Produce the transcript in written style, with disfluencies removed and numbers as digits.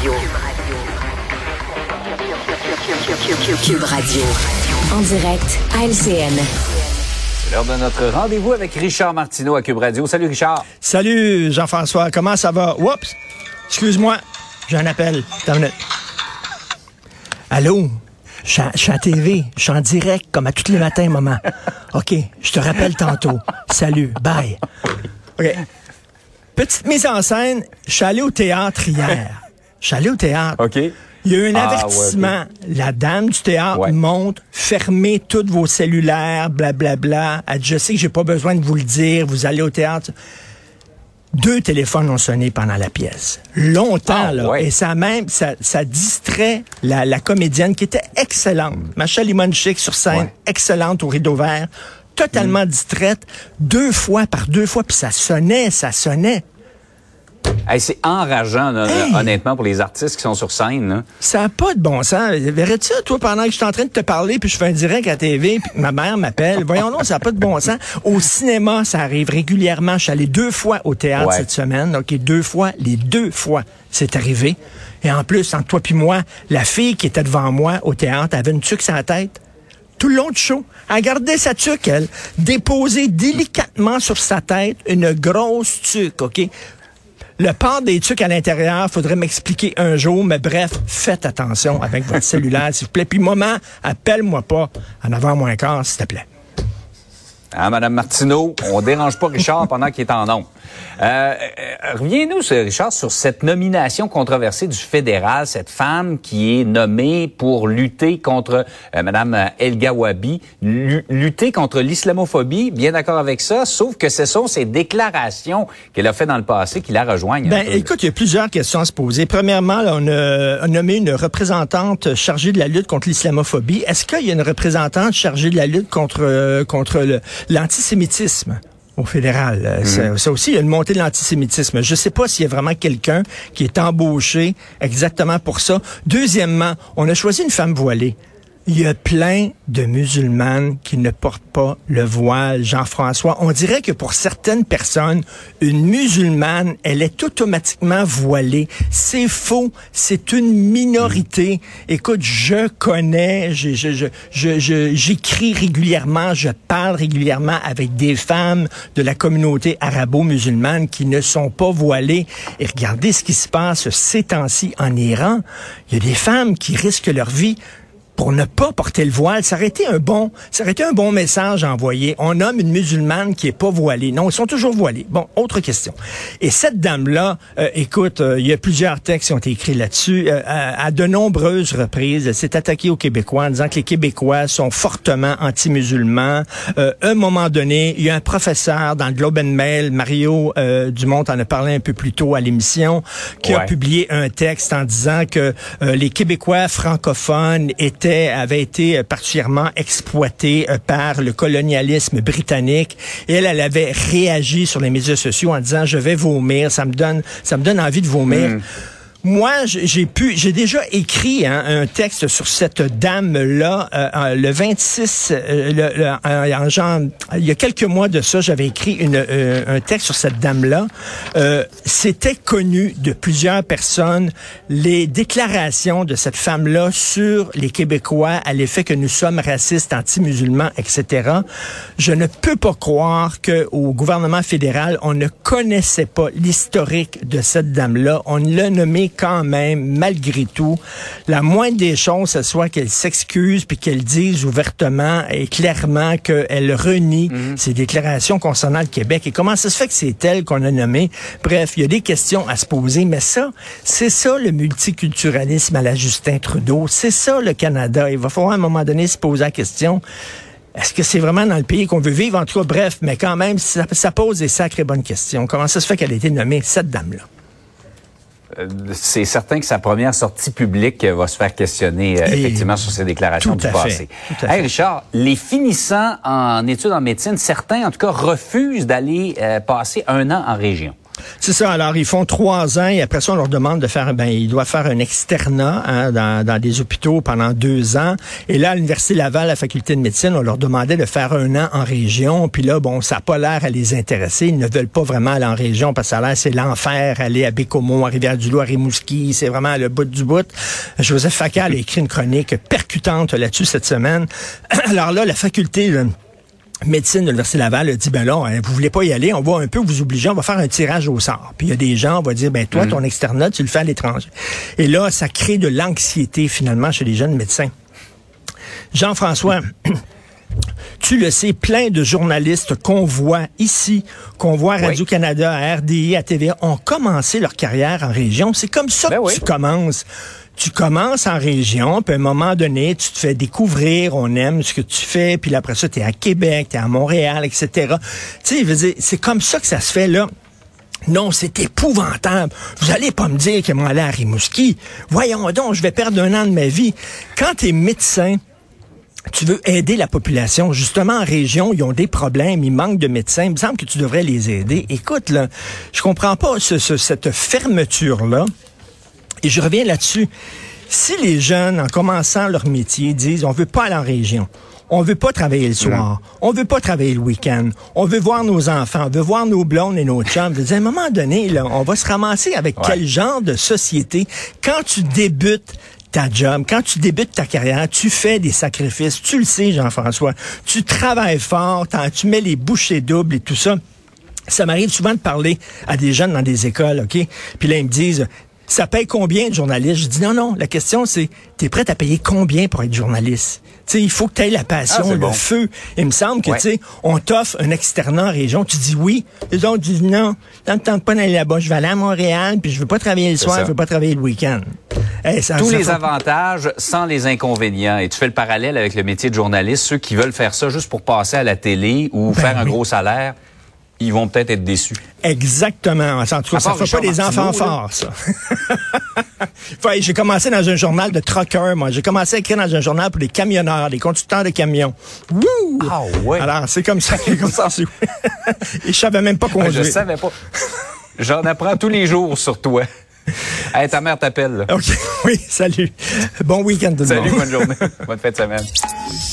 Cube Radio. En direct à LCN. C'est l'heure de notre rendez-vous avec Richard Martineau à Cube Radio. Salut Richard. Salut Jean-François, comment ça va? Oups! Excuse-moi, j'ai un appel. Attends une minute. Allô? Je suis à TV, je suis en direct comme à tous les matins, maman. OK, je te rappelle tantôt. Salut, bye. OK. Petite mise en scène, je suis allé au théâtre hier. Je suis allé au théâtre. OK. Il y a eu un avertissement. Ouais, okay. La dame du théâtre monte, fermez tous vos cellulaires, blablabla. Elle dit, je sais que j'ai pas besoin de vous le dire, vous allez au théâtre. 2 téléphones ont sonné pendant la pièce. Longtemps, là. Ouais. Et ça distrait la comédienne qui était excellente. Macha Limonchik sur scène, excellente au rideau vert, totalement distraite, 2 fois, puis ça sonnait. Hey, c'est enrageant, là, honnêtement, pour les artistes qui sont sur scène. Là. Ça n'a pas de bon sens. Verrais-tu ça, toi, pendant que je suis en train de te parler, puis je fais un direct à la TV, puis ma mère m'appelle? Voyons donc, ça n'a pas de bon sens. Au cinéma, ça arrive régulièrement. Je suis allé 2 fois au théâtre cette semaine. OK, 2 fois. Les 2 fois, c'est arrivé. Et en plus, entre toi puis moi, la fille qui était devant moi au théâtre avait une tuque sur la tête. Tout le long du show, elle gardait sa tuque, elle, déposée délicatement sur sa tête, une grosse tuque, OK? Le port des tuques à l'intérieur, faudrait m'expliquer un jour, mais bref, faites attention avec votre cellulaire, s'il vous plaît. Puis maman, appelle-moi pas en avant moins quart, s'il te plaît. Hein, Madame Martineau, on dérange pas Richard pendant qu'il est en ondes. Reviens-nous, Richard, sur cette nomination controversée du fédéral, cette femme qui est nommée pour lutter contre Madame El Gawabi, lutter contre l'islamophobie, bien d'accord avec ça, sauf que ce sont ces déclarations qu'elle a fait dans le passé qui la rejoignent. Écoute, il y a plusieurs questions à se poser. Premièrement, là, on a nommé une représentante chargée de la lutte contre l'islamophobie. Est-ce qu'il y a une représentante chargée de la lutte contre l'antisémitisme au fédéral? Ça aussi, il y a une montée de l'antisémitisme. Je ne sais pas s'il y a vraiment quelqu'un qui est embauché exactement pour ça. Deuxièmement, on a choisi une femme voilée. Il y a plein de musulmanes qui ne portent pas le voile, Jean-François. On dirait que pour certaines personnes, une musulmane, elle est automatiquement voilée. C'est faux. C'est une minorité. Écoute, je connais, j'écris régulièrement, je parle régulièrement avec des femmes de la communauté arabo-musulmane qui ne sont pas voilées. Et regardez ce qui se passe ces temps-ci en Iran. Il y a des femmes qui risquent leur vie pour ne pas porter le voile. Ça aurait été un bon message à envoyer. On nomme une musulmane qui est pas voilée. Non, ils sont toujours voilés. Bon, autre question. Et cette dame-là, écoute, il y a plusieurs textes qui ont été écrits là-dessus. À de nombreuses reprises, elle s'est attaquée aux Québécois en disant que les Québécois sont fortement anti-musulmans. À un moment donné, il y a un professeur dans le Globe and Mail, Mario Dumont en a parlé un peu plus tôt à l'émission, qui a publié un texte en disant que les Québécois francophones avaient été particulièrement exploités par le colonialisme britannique. Et elle avait réagi sur les médias sociaux en disant « Je vais vomir, ça me donne envie de vomir ». Moi, j'ai déjà écrit un texte sur cette dame-là le 26, il y a quelques mois de ça, j'avais écrit un texte sur cette dame-là. C'était connu de plusieurs personnes, les déclarations de cette femme-là sur les Québécois à l'effet que nous sommes racistes, anti-musulmans, etc. Je ne peux pas croire qu'au gouvernement fédéral, on ne connaissait pas l'historique de cette dame-là. On l'a nommée quand même, malgré tout. La moindre des choses, ce soit qu'elle s'excuse puis qu'elle dise ouvertement et clairement qu'elle renie ses déclarations concernant le Québec. Et comment ça se fait que c'est elle qu'on a nommée? Bref, il y a des questions à se poser, mais c'est ça le multiculturalisme à la Justin Trudeau. C'est ça le Canada. Il va falloir à un moment donné se poser la question. Est-ce que c'est vraiment dans le pays qu'on veut vivre? En tout cas, bref, mais quand même, ça pose des sacrées bonnes questions. Comment ça se fait qu'elle a été nommée, cette dame-là? C'est certain que sa première sortie publique va se faire questionner effectivement sur ses déclarations du passé. Hey Richard, les finissants en études en médecine, certains en tout cas refusent d'aller passer 1 an en région. C'est ça. Alors, ils font 3 ans et après ça, on leur demande de faire, ils doivent faire un externat dans des hôpitaux pendant 2 ans. Et là, à l'Université Laval, la faculté de médecine, on leur demandait de faire 1 an en région. Puis là, ça n'a pas l'air à les intéresser. Ils ne veulent pas vraiment aller en région parce que ça a l'air, c'est l'enfer, aller à Bécomo, à Rivière-du-Loup, à Rimouski. C'est vraiment le bout du bout. Joseph Facal a écrit une chronique percutante là-dessus cette semaine. Alors là, la faculté médecine de l'Université Laval a dit, vous voulez pas y aller, on va un peu vous obliger, on va faire un tirage au sort. Puis il y a des gens, on va dire, toi, ton externat, tu le fais à l'étranger. Et là, ça crée de l'anxiété, finalement, chez les jeunes médecins. Jean-François, tu le sais, plein de journalistes qu'on voit ici, qu'on voit à Radio-Canada, à RDI, à TVA, ont commencé leur carrière en région. C'est comme ça que tu commences. Tu commences en région, puis à un moment donné, tu te fais découvrir, on aime ce que tu fais, puis là, après ça, t'es à Québec, t'es à Montréal, etc. Tu sais, c'est comme ça que ça se fait, là. Non, c'est épouvantable. Vous allez pas me dire que m'en aller à Rimouski. Voyons donc, je vais perdre 1 an de ma vie. Quand t'es médecin, tu veux aider la population. Justement, en région, ils ont des problèmes, ils manquent de médecins. Il me semble que tu devrais les aider. Écoute, là, je comprends pas cette fermeture-là. Et je reviens là-dessus. Si les jeunes, en commençant leur métier, disent, on veut pas aller en région, on veut pas travailler le soir, on veut pas travailler le week-end, on veut voir nos enfants, on veut voir nos blondes et nos chums, à un moment donné, là, on va se ramasser avec quel genre de société? Quand tu débutes ta job, quand tu débutes ta carrière, tu fais des sacrifices, tu le sais, Jean-François, tu travailles fort, tu mets les bouchées doubles et tout ça. Ça m'arrive souvent de parler à des jeunes dans des écoles, OK? Puis là, ils me disent, ça paye combien de journaliste? Je dis non, la question c'est, t'es prêt à payer combien pour être journaliste? Tu sais, il faut que tu aies la passion, le feu. Il me semble que, tu sais, on t'offre un externat en région, tu dis oui, les autres disent non, ça me tente pas d'aller là-bas, je vais aller à Montréal, puis je veux pas travailler le soir, je veux pas travailler le week-end. Tous les avantages sans les inconvénients. Et tu fais le parallèle avec le métier de journaliste, ceux qui veulent faire ça juste pour passer à la télé ou faire un gros salaire, ils vont peut-être être déçus. Exactement. En tout cas, ça ne fait pas des enfants forts, ça. J'ai commencé dans un journal de truckers, moi. J'ai commencé à écrire dans un journal pour les camionneurs, les conducteurs de camions. Wouh! Ah ouais. Alors, c'est comme ça. Et je savais même pas conduire. Je savais pas. J'en apprends tous les jours sur toi. Hey, ta mère t'appelle. OK. Oui, salut. Bon week-end tout le monde. Salut, bonne journée. Bonne fin de semaine.